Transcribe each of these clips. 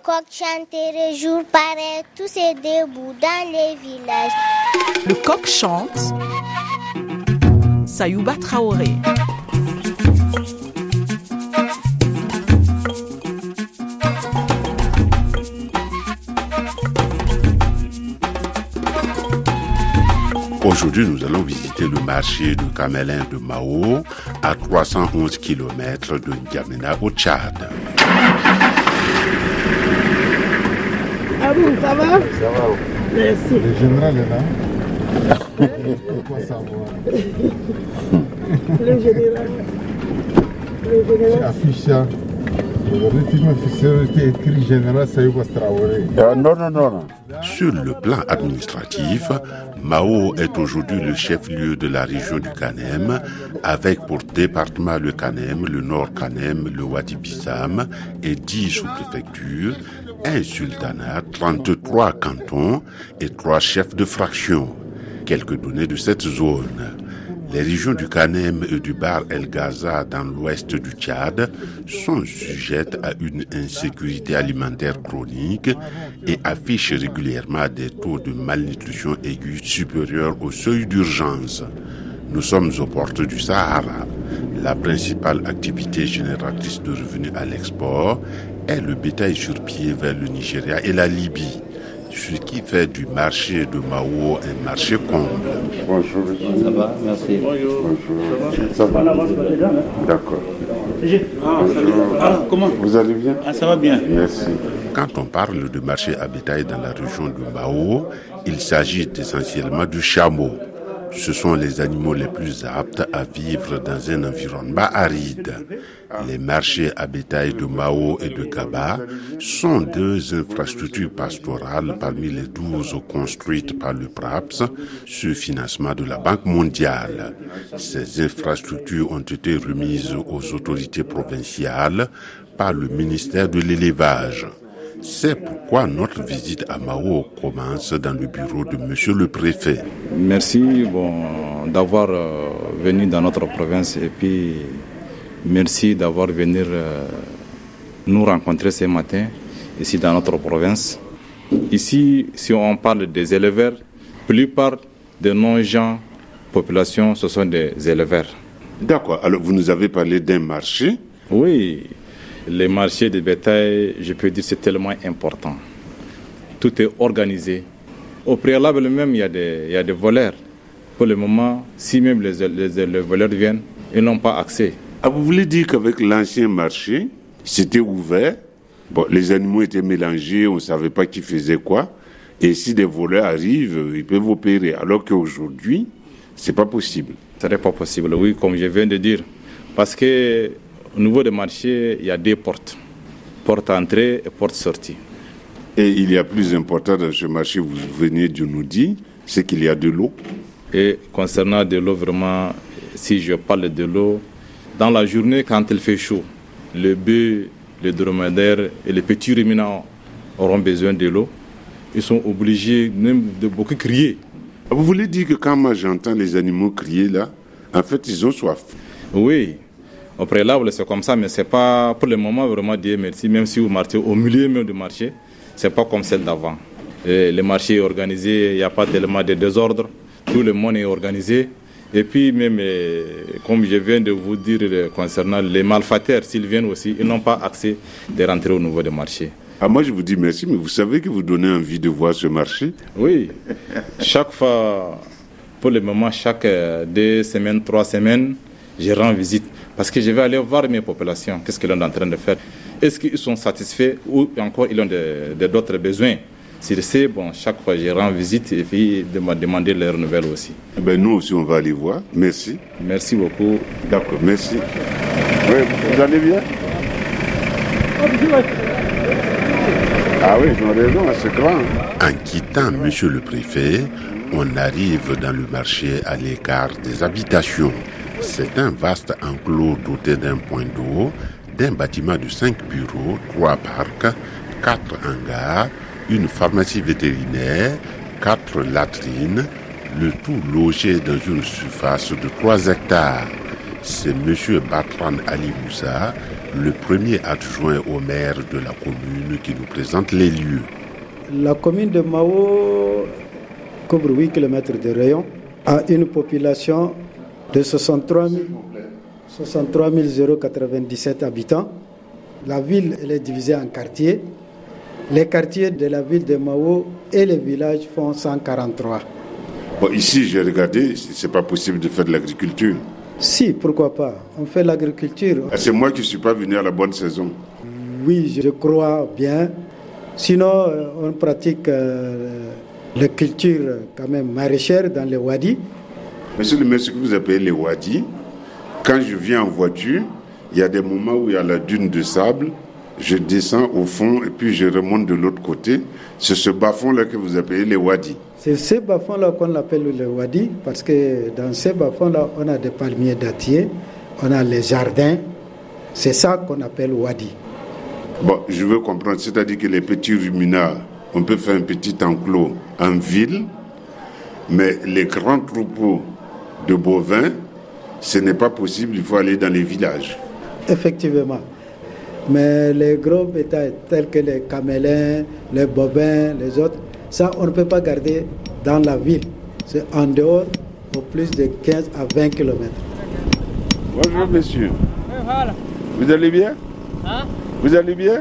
coq chanterait jour pareil, tous est debout dans les villages. Le coq chante. Sayouba Traoré. Aujourd'hui, nous allons visiter le marché de Camélin de Mao, à 311 km de N'Djamena au Tchad. Ah bon, ça va? Ça va. Merci. Le général est là. Pourquoi savoir? Le général. C'est affiché. Aujourd'hui, c'est écrit général Sayouba Traoré. Non. Sur le plan administratif, Mao est aujourd'hui le chef-lieu de la région du Kanem, avec pour département le Kanem, le Nord Kanem, le Wadi-Bissam et 10 sous-préfectures, un sultanat, 33 cantons et 3 chefs de fraction. Quelques données de cette zone. Les régions du Kanem et du Bahr El Ghazal dans l'ouest du Tchad sont sujettes à une insécurité alimentaire chronique et affichent régulièrement des taux de malnutrition aiguë supérieurs au seuil d'urgence. Nous sommes aux portes du Sahara. La principale activité génératrice de revenus à l'export est le bétail sur pied vers le Nigeria et la Libye, ce qui fait du marché de Mao un marché comble. Bonjour. Ça va, merci. Bonjour. Ça va. D'accord. Comment? Vous allez bien? Ça va bien. Merci. Quand on parle de marché à bétail dans la région de Mao, il s'agit essentiellement du chameau. Ce sont les animaux les plus aptes à vivre dans un environnement aride. Les marchés à bétail de Mao et de Kaba sont 2 infrastructures pastorales parmi les 12 construites par le PRAPS sur financement de la Banque mondiale. Ces infrastructures ont été remises aux autorités provinciales par le ministère de l'élevage. C'est pourquoi notre visite à Mao commence dans le bureau de monsieur le préfet. Merci d'avoir venu dans notre province et puis merci d'avoir venu nous rencontrer ce matin ici dans notre province. Ici, si on parle des éleveurs, la plupart de nos gens, population, ce sont des éleveurs. D'accord. Alors, vous nous avez parlé d'un marché? Oui. Les marchés de bétail, je peux dire, c'est tellement important. Tout est organisé. Au préalable même, il y a des voleurs. Pour le moment, si même les voleurs viennent, ils n'ont pas accès. Ah, vous voulez dire qu'avec l'ancien marché, c'était ouvert, les animaux étaient mélangés, on ne savait pas qui faisait quoi, et si des voleurs arrivent, ils peuvent opérer, alors qu'aujourd'hui, ce n'est pas possible. Ce n'est pas possible, oui, comme je viens de dire. Parce que au niveau des marchés, il y a 2 portes. Porte entrée et porte sortie. Et il y a plus important dans ce marché, vous venez de nous dire, c'est qu'il y a de l'eau. Et concernant de l'eau, vraiment, si je parle de l'eau, dans la journée, quand il fait chaud, le bœuf, les dromadaires et les petits ruminants auront besoin de l'eau. Ils sont obligés même de beaucoup crier. Vous voulez dire que quand moi j'entends les animaux crier là, en fait ils ont soif? Oui. Au préalable, c'est comme ça, mais ce n'est pas pour le moment vraiment Dieu merci. Même si vous marchez au milieu même du marché, ce n'est pas comme celle d'avant. Et le marché est organisé, il n'y a pas tellement de désordre, tout le monde est organisé. Et puis même, comme je viens de vous dire concernant les malfaiteurs, s'ils viennent aussi, ils n'ont pas accès de rentrer au niveau du marché. Ah, moi je vous dis merci, mais vous savez que vous donnez envie de voir ce marché? Oui, chaque fois, pour le moment, chaque 2 semaines, 3 semaines, je rends visite. Parce que je vais aller voir mes populations, qu'est-ce qu'ils sont en train de faire. Est-ce qu'ils sont satisfaits ou encore ils ont d'autres besoins? Si c'est chaque fois je rends visite et puis demander leurs nouvelles aussi. Nous aussi on va aller voir. Merci. Merci beaucoup. D'accord, merci. Oui, vous allez bien? Ah oui, ils ont raison, c'est grand. En quittant monsieur le préfet, on arrive dans le marché à l'écart des habitations. C'est un vaste enclos doté d'un point d'eau, d'un bâtiment de 5 bureaux, 3 parcs, 4 hangars, une pharmacie vétérinaire, 4 latrines, le tout logé dans une surface de 3 hectares. C'est M. Batran Ali Moussa, le premier adjoint au maire de la commune qui nous présente les lieux. La commune de Mao couvre 8 km de rayon, a une population de 63 097 habitants. La ville elle est divisée en quartiers. Les quartiers de la ville de Mao et les villages font 143. Bon, ici, j'ai regardé, c'est pas possible de faire de l'agriculture. Si, pourquoi pas. On fait l'agriculture. C'est moi qui ne suis pas venu à la bonne saison. Oui, je crois bien. Sinon, on pratique la culture quand même maraîchère dans les wadis. Monsieur le maire, ce que vous appelez les wadis, quand je viens en voiture, il y a des moments où il y a la dune de sable, je descends au fond et puis je remonte de l'autre côté. C'est ce bas-fond-là que vous appelez les wadis. C'est ces bas-fonds-là qu'on appelle les wadis parce que dans ces bas-fonds-là, on a des palmiers dattiers, on a les jardins. C'est ça qu'on appelle wadi. Bon, je veux comprendre, c'est-à-dire que les petits ruminants, on peut faire un petit enclos en ville, mais les grands troupeaux de bovins, ce n'est pas possible, il faut aller dans les villages. Effectivement. Mais les gros bétails tels que les camélins, les bovins, les autres, ça on ne peut pas garder dans la ville. C'est en dehors au plus de 15 à 20 km. Bonjour monsieur. Vous allez bien? Vous allez bien?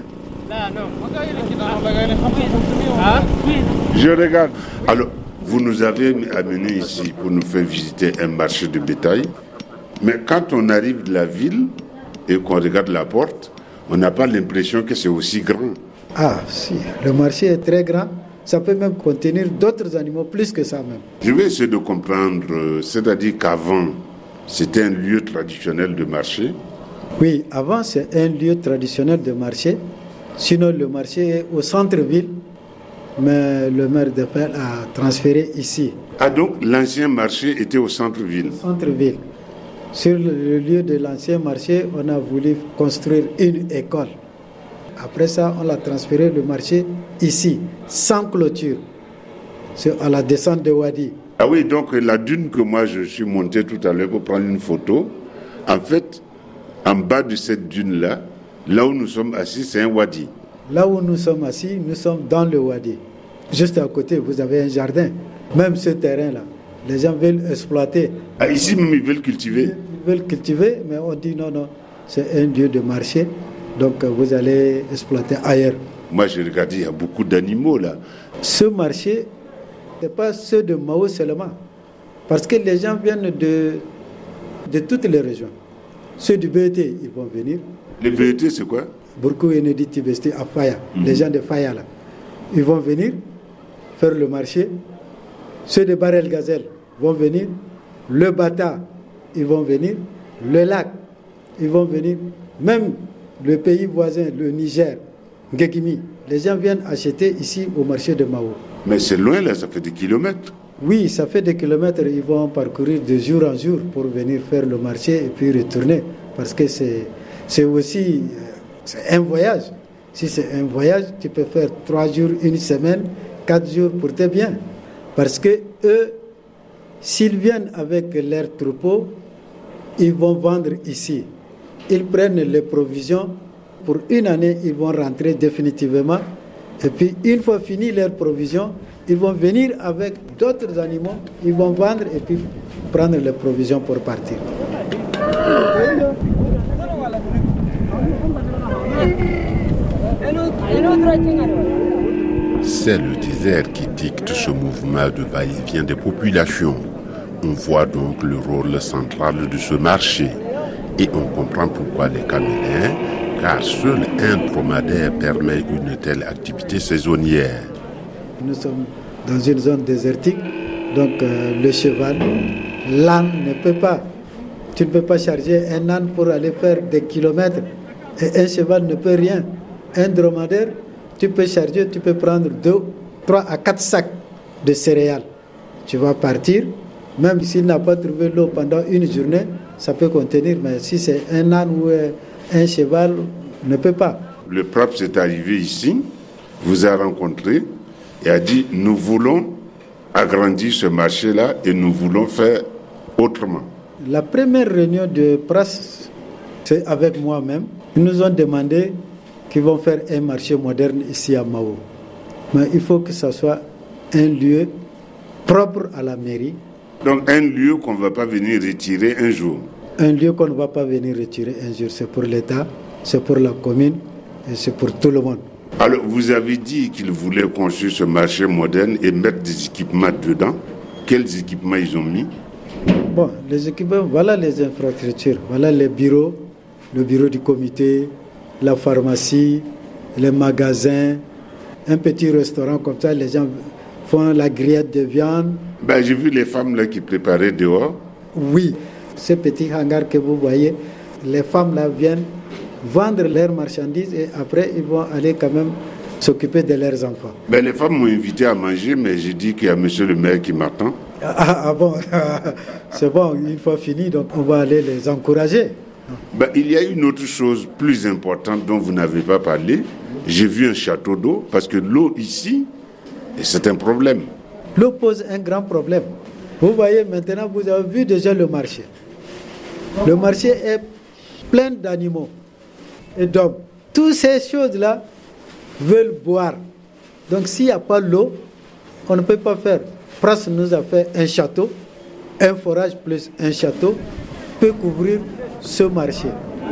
Je regarde. Alors, vous nous avez amenés ici pour nous faire visiter un marché de bétail. Mais quand on arrive de la ville et qu'on regarde la porte, on n'a pas l'impression que c'est aussi grand. Ah, si. Le marché est très grand. Ça peut même contenir d'autres animaux, plus que ça même. Je vais essayer de comprendre. C'est-à-dire qu'avant, c'était un lieu traditionnel de marché. Oui, avant, c'est un lieu traditionnel de marché. Sinon, le marché est au centre-ville. Mais le maire de Fès a transféré ici. Ah, donc l'ancien marché était au centre-ville? Centre-ville. Sur le lieu de l'ancien marché, on a voulu construire une école. Après ça, on a transféré le marché ici, sans clôture. C'est à la descente de Wadi. Ah oui, donc la dune que moi je suis monté tout à l'heure pour prendre une photo, en fait, en bas de cette dune-là, là où nous sommes assis, c'est un Wadi. Là où nous sommes assis, nous sommes dans le Wadi. Juste à côté, vous avez un jardin. Même ce terrain-là, les gens veulent exploiter. Ah, ici même, ils veulent cultiver? Ils veulent cultiver, mais on dit non, c'est un lieu de marché. Donc vous allez exploiter ailleurs. Moi j'ai regardé, il y a beaucoup d'animaux là. Ce marché, ce n'est pas ceux de Mao seulement. Parce que les gens viennent de toutes les régions. Ceux du BET, ils vont venir. Le BET, c'est quoi? Burkou Enedi Tibesti à Faya. Les gens de Faya là. Ils vont venir faire le marché. Ceux de Barel Gazelle vont venir. Le Bata, ils vont venir. Le lac, ils vont venir. Même le pays voisin, le Niger, Ngekimi, les gens viennent acheter ici au marché de Mao. Mais c'est loin là, ça fait des kilomètres. Oui, ça fait des kilomètres. Ils vont parcourir de jour en jour pour venir faire le marché et puis retourner. Parce que c'est aussi c'est un voyage. Si c'est un voyage, tu peux faire 3 jours, 1 semaine, 4 jours pour tes biens. Parce que eux, s'ils viennent avec leurs troupeaux, ils vont vendre ici. Ils prennent les provisions. Pour 1 année, ils vont rentrer définitivement. Et puis, une fois fini leurs provisions, ils vont venir avec d'autres animaux. Ils vont vendre et puis prendre les provisions pour partir. C'est le désert qui dicte ce mouvement de va-et-vient des populations. On voit donc le rôle central de ce marché. Et on comprend pourquoi les camélins, car seul un dromadaire permet une telle activité saisonnière. Nous sommes dans une zone désertique, donc le cheval, l'âne ne peut pas. Tu ne peux pas charger un âne pour aller faire des kilomètres. Et un cheval ne peut rien. Un dromadaire, tu peux charger, tu peux prendre 3 à 4 sacs de céréales. Tu vas partir, même s'il n'a pas trouvé l'eau pendant 1 journée, ça peut contenir, mais si c'est un âne ou un cheval, ne peut pas. Le PRAPS est arrivé ici, vous a rencontré et a dit nous voulons agrandir ce marché-là et nous voulons faire autrement. La première réunion de PRAPS, c'est avec moi-même. Ils nous ont demandé qu'ils vont faire un marché moderne ici à Mao. Mais il faut que ce soit un lieu propre à la mairie. Donc un lieu qu'on ne va pas venir retirer un jour. Un lieu qu'on ne va pas venir retirer un jour. C'est pour l'État, c'est pour la commune et c'est pour tout le monde. Alors vous avez dit qu'ils voulaient construire ce marché moderne et mettre des équipements dedans. Quels équipements ils ont mis? Bon, les équipements, voilà les infrastructures. Voilà les bureaux, le bureau du comité, la pharmacie, les magasins, un petit restaurant comme ça, les gens font la grillade de viande. J'ai vu les femmes là qui préparaient dehors. Oui, ce petit hangar que vous voyez, les femmes là viennent vendre leurs marchandises et après ils vont aller quand même s'occuper de leurs enfants. Les femmes m'ont invité à manger, mais j'ai dit qu'il y a monsieur le maire qui m'attend. Ah bon, c'est bon, une fois fini, donc on va aller les encourager. Il y a une autre chose plus importante dont vous n'avez pas parlé. J'ai vu un château d'eau, parce que l'eau ici, c'est un problème. L'eau pose un grand problème. Vous voyez maintenant, vous avez vu déjà le marché. Le marché est plein d'animaux et d'hommes. Toutes ces choses-là veulent boire. Donc s'il n'y a pas l'eau, on ne peut pas faire. Pras nous a fait un château, un forage plus un château peut couvrir ce marché.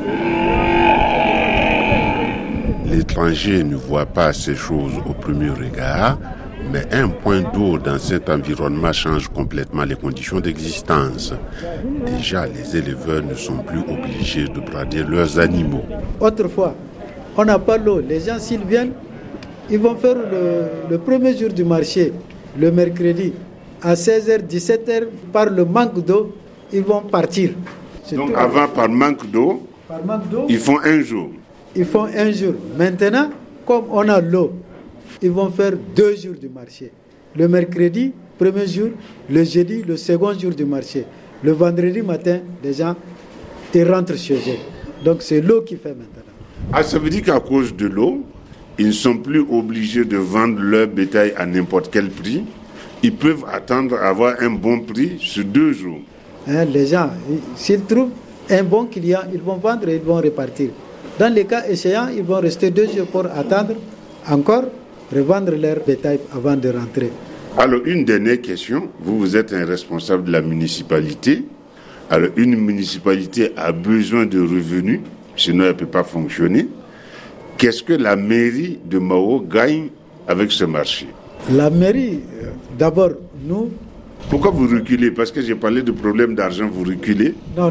L'étranger ne voit pas ces choses au premier regard, mais un point d'eau dans cet environnement change complètement les conditions d'existence. Déjà, les éleveurs ne sont plus obligés de brader leurs animaux. Autrefois, on n'a pas l'eau. Les gens, s'ils viennent, ils vont faire le premier jour du marché, le mercredi, à 16h, 17h, par le manque d'eau, ils vont partir. Donc avant, par manque d'eau, ils font un jour. Ils font un jour. Maintenant, comme on a l'eau, ils vont faire 2 jours du marché. Le mercredi, premier jour, le jeudi, le second jour du marché. Le vendredi matin, les gens, ils rentrent chez eux. Donc c'est l'eau qui fait maintenant. Ça veut dire qu'à cause de l'eau, ils ne sont plus obligés de vendre leur bétail à n'importe quel prix. Ils peuvent attendre à avoir un bon prix sur 2 jours. Les gens, s'ils trouvent un bon client, ils vont vendre et ils vont repartir. Dans les cas échéants, ils vont rester 2 jours pour attendre encore, revendre leur bétail avant de rentrer. Alors, une dernière question. Vous êtes un responsable de la municipalité. Alors, une municipalité a besoin de revenus, sinon elle ne peut pas fonctionner. Qu'est-ce que la mairie de Mao gagne avec ce marché? La mairie, d'abord, nous... Pourquoi vous reculez? Parce que j'ai parlé de problème d'argent, vous reculez? Non.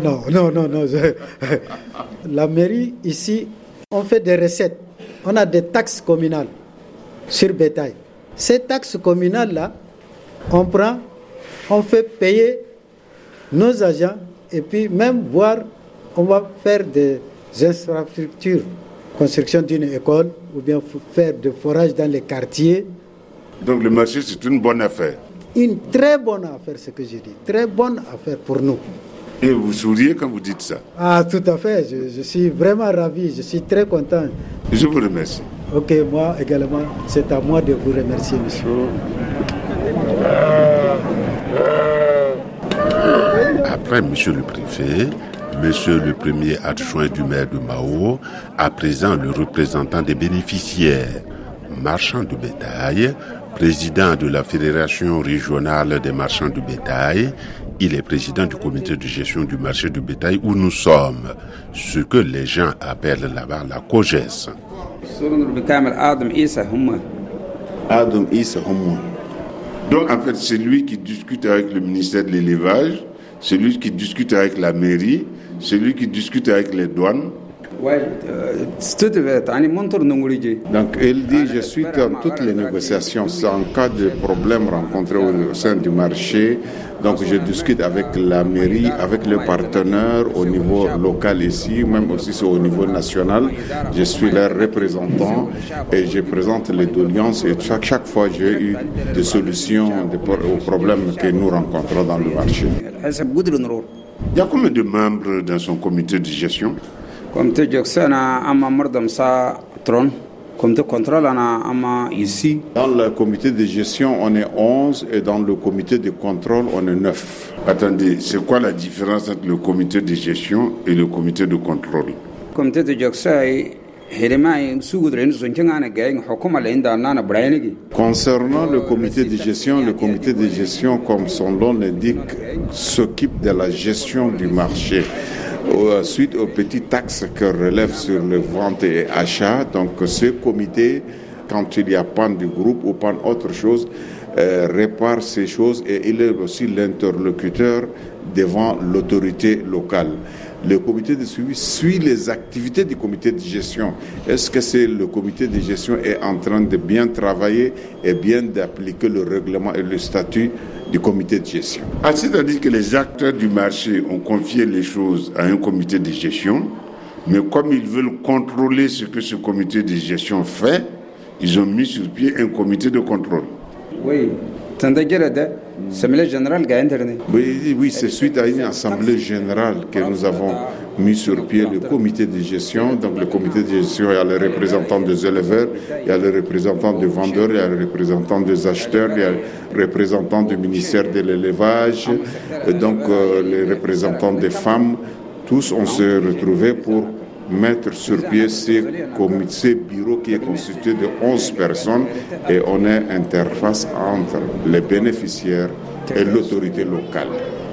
La mairie, ici, on fait des recettes. On a des taxes communales sur bétail. Ces taxes communales-là, on prend, on fait payer nos agents et puis même voir, on va faire des infrastructures, construction d'une école ou bien faire des forages dans les quartiers. Donc le marché, c'est une bonne affaire? Une très bonne affaire, ce que j'ai dit. Très bonne affaire pour nous. Et vous souriez quand vous dites ça? Ah, tout à fait. Je suis vraiment ravi. Je suis très content. Je vous remercie. Ok, moi également, c'est à moi de vous remercier, monsieur. Après monsieur le préfet, monsieur le premier adjoint du maire de Mao, à présent le représentant des bénéficiaires, marchand de bétail, président de la Fédération régionale des marchands de bétail, il est président du comité de gestion du marché de bétail où nous sommes, ce que les gens appellent là-bas la COGES. Adam Issa Homo. Donc en fait, c'est lui qui discute avec le ministère de l'élevage, c'est lui qui discute avec la mairie, c'est lui qui discute avec les douanes. Donc il dit, je suis dans toutes les négociations. C'est en cas de problème rencontré au sein du marché. Donc je discute avec la mairie, avec les partenaires au niveau local ici, même aussi au niveau national. Je suis leur représentant et je présente les doléances et chaque fois j'ai eu des solutions aux problèmes que nous rencontrons dans le marché. Il y a combien de membres dans son comité de gestion? Dans le comité de gestion, on est 11 et dans le comité de contrôle, on est 9. Attendez, c'est quoi la différence entre le comité de gestion et le comité de contrôle? Concernant le comité de gestion, comme son nom l'indique, s'occupe de la gestion du marché. Suite aux petites taxes que relève sur les ventes et achats, donc ce comité, quand il y a panne du groupe ou panne autre chose, répare ces choses et il est aussi l'interlocuteur devant l'autorité locale. Le comité de suivi suit les activités du comité de gestion. Est-ce que le comité de gestion est en train de bien travailler et bien d'appliquer le règlement et le statut du comité de gestion? C'est-à-dire que les acteurs du marché ont confié les choses à un comité de gestion, mais comme ils veulent contrôler ce que ce comité de gestion fait, ils ont mis sur pied un comité de contrôle. Oui, c'est suite à une assemblée générale que nous avons mis sur pied le comité de gestion. Donc le comité de gestion, il y a les représentants des éleveurs, il y a les représentants des vendeurs, il y a les représentants des acheteurs, il y a les représentants du ministère de l'élevage, donc les représentants des femmes. Tous on s'est retrouvés pour mettre sur pied ce bureau qui est constitué de 11 personnes et on est interface entre les bénéficiaires et l'autorité locale.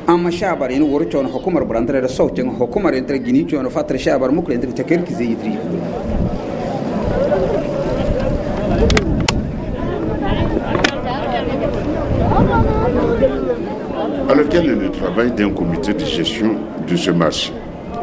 Alors quel est le travail d'un comité de gestion de ce marché?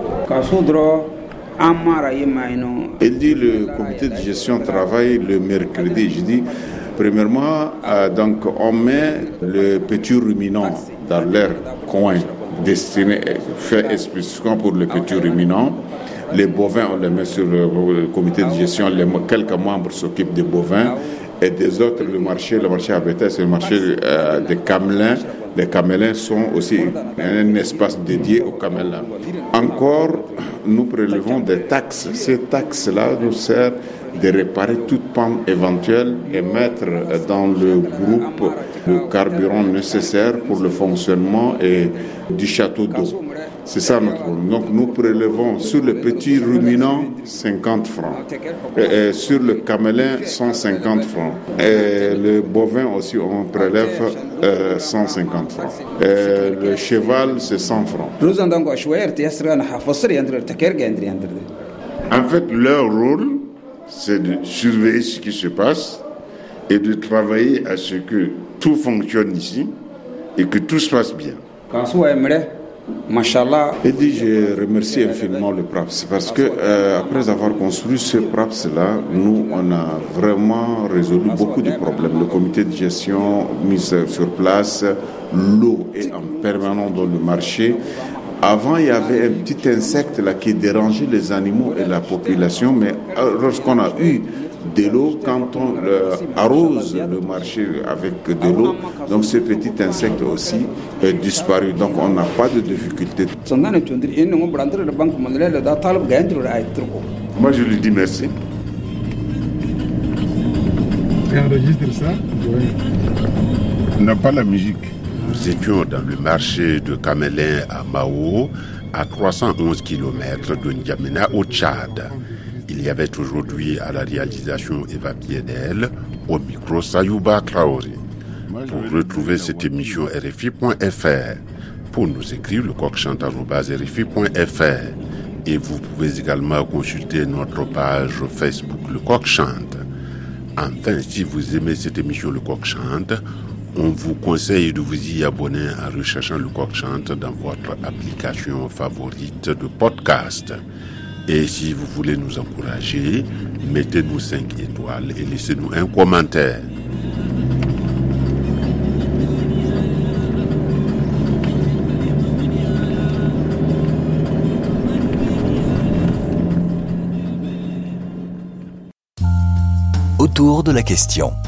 Il dit le comité de gestion travaille le mercredi. Je dis, premièrement, donc on met le petit ruminant dans leur coin destiné, fait spécifiquement pour le petit ruminant. Les bovins, on les met sur le comité de gestion. Quelques membres s'occupent des bovins et des autres. Le marché à bétail, c'est le marché des camelins. Les camélins sont aussi un espace dédié aux camélins. Encore, nous prélevons des taxes. Ces taxes-là nous servent de réparer toute panne éventuelle et mettre dans le groupe le carburant nécessaire pour le fonctionnement et du château d'eau. C'est ça notre problème. Donc nous prélevons sur le petit ruminant 50 francs. Et sur le camélin 150 francs. Et le bovin aussi on prélève 150 francs. Et le cheval c'est 100 francs. En fait, leur rôle, c'est de surveiller ce qui se passe et de travailler à ce que tout fonctionne ici et que tout se passe bien. Et dit, je remercie infiniment le PRAPS parce que après avoir construit ce PRAPS-là, nous, on a vraiment résolu beaucoup de problèmes. Le comité de gestion mis sur place, l'eau est en permanence dans le marché. Avant, il y avait un petit insecte là qui dérangeait les animaux et la population, mais lorsqu'on a eu de l'eau, quand on arrose le marché avec de l'eau, donc ce petit insecte aussi est disparu. Donc on n'a pas de difficulté. Moi je lui dis merci. Tu enregistres ça? On n'a pas la musique. Nous étions dans le marché de Camelin à Mao, à 311 km de N'Djamena au Tchad. Il y avait aujourd'hui à la réalisation Eva Piedel, au micro Sayouba Traoré. Pour retrouver cette émission RFI.fr, pour nous écrire le coq-chante@rfi.fr. Et vous pouvez également consulter notre page Facebook Le Coq Chante. Enfin, si vous aimez cette émission Le Coq Chante, on vous conseille de vous y abonner en recherchant Le Coq Chante dans votre application favorite de podcast. Et si vous voulez nous encourager, mettez-nous 5 étoiles et laissez-nous un commentaire. Autour de la question.